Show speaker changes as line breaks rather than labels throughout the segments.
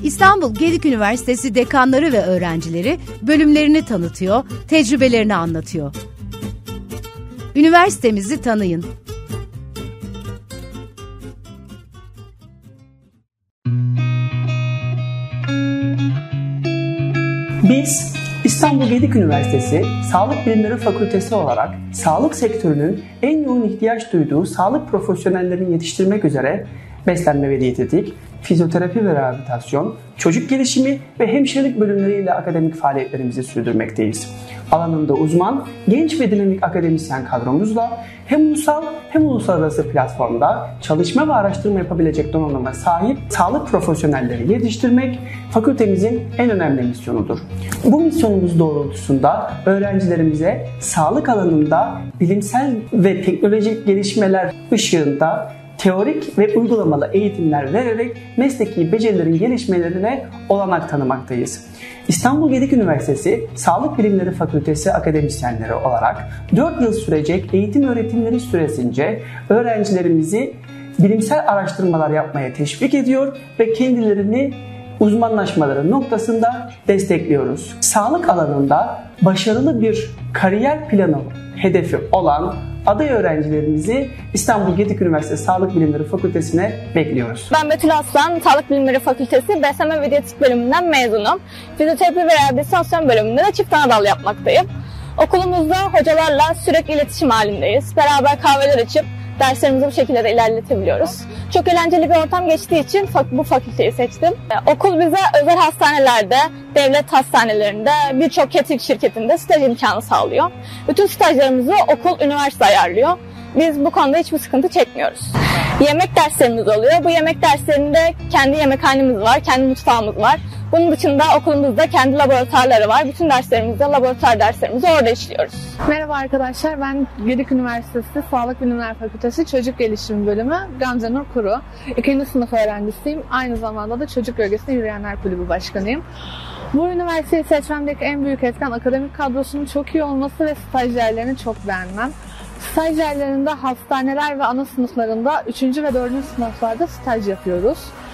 İstanbul Gedik Üniversitesi dekanları ve öğrencileri bölümlerini tanıtıyor, tecrübelerini anlatıyor. Üniversitemizi tanıyın.
Biz İstanbul Gedik Üniversitesi Sağlık Bilimleri Fakültesi olarak sağlık sektörünün en yoğun ihtiyaç duyduğu sağlık profesyonellerini yetiştirmek üzere beslenme ve diyetetik, fizyoterapi ve rehabilitasyon, çocuk gelişimi ve hemşirelik bölümleriyle akademik faaliyetlerimizi sürdürmekteyiz. Alanında uzman, genç ve dinamik akademisyen kadromuzla hem ulusal hem uluslararası platformda çalışma ve araştırma yapabilecek donanıma sahip sağlık profesyonelleri yetiştirmek fakültemizin en önemli misyonudur. Bu misyonumuz doğrultusunda öğrencilerimize sağlık alanında bilimsel ve teknolojik gelişmeler ışığında teorik ve uygulamalı eğitimler vererek mesleki becerilerin gelişmelerine olanak tanımaktayız. İstanbul Gedik Üniversitesi Sağlık Bilimleri Fakültesi akademisyenleri olarak 4 yıl sürecek eğitim öğretimleri süresince öğrencilerimizi bilimsel araştırmalar yapmaya teşvik ediyor ve kendilerini uzmanlaşmaları noktasında destekliyoruz. Sağlık alanında başarılı bir kariyer planı hedefi olan aday öğrencilerimizi İstanbul Gedik Üniversitesi Sağlık Bilimleri Fakültesi'ne bekliyoruz.
Ben Betül Aslan, Sağlık Bilimleri Fakültesi Beslenme ve Diyetetik bölümünden mezunum. Fizyoterapi ve rehabilitasyon bölümünde de çift ana dal yapmaktayım. Okulumuzda hocalarla sürekli iletişim halindeyiz. Beraber kahveler içip derslerimizi bu şekilde de ilerletebiliyoruz. Çok eğlenceli bir ortam geçtiği için bu fakülteyi seçtim. Okul bize özel hastanelerde, devlet hastanelerinde, birçok catering şirketinde staj imkanı sağlıyor. Bütün stajlarımızı okul, üniversite ayarlıyor. Biz bu konuda hiçbir sıkıntı çekmiyoruz. Yemek derslerimiz oluyor. Bu yemek derslerinde kendi yemekhanemiz var, kendi mutfağımız var. Bunun dışında okulumuzda kendi laboratuvarları var. Bütün derslerimizde, laboratuvar derslerimizi orada işliyoruz.
Merhaba arkadaşlar, ben Gedik Üniversitesi Sağlık Bilimleri Fakültesi Çocuk Gelişimi Bölümü Gamze Nur Kuru. 2. sınıf öğrencisiyim. Aynı zamanda da Çocuk Bölgesinde Yürüyenler Kulübü Başkanıyım. Bu üniversiteyi seçmemdeki en büyük etken akademik kadrosunun çok iyi olması ve stajyerlerini çok beğenmem. Stajyerlerinde hastaneler ve ana sınıflarında 3. ve 4. sınıflarda staj yapıyoruz.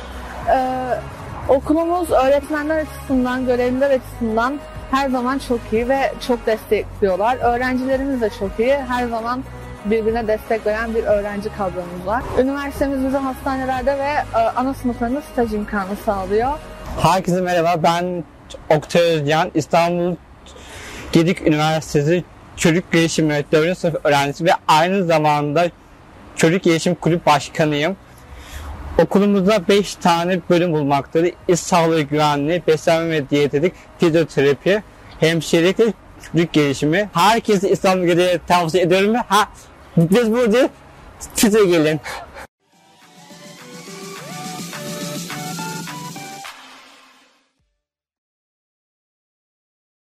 Okulumuz öğretmenler açısından, görevliler açısından her zaman çok iyi ve çok destekliyorlar. Öğrencilerimiz de çok iyi. Her zaman birbirine destek veren bir öğrenci kadromuz var. Üniversitemiz bize hastanelerde ve ana sınıflarında staj imkanı sağlıyor.
Herkese merhaba, ben Oktay Özcan, İstanbul Gedik Üniversitesi Çocuk Gelişimi 4. sınıf öğrencisi ve aynı zamanda Çocuk Gelişim Kulüp Başkanıyım. Okulumuzda 5 tane bölüm bulunmaktadır. İş sağlığı güvenliği, beslenme ve diyetetik, fizyoterapi, hemşirelik ve çocuk gelişimi. Herkese İstanbul Gedik'e tavsiye ediyorum. Biz burada size gelin.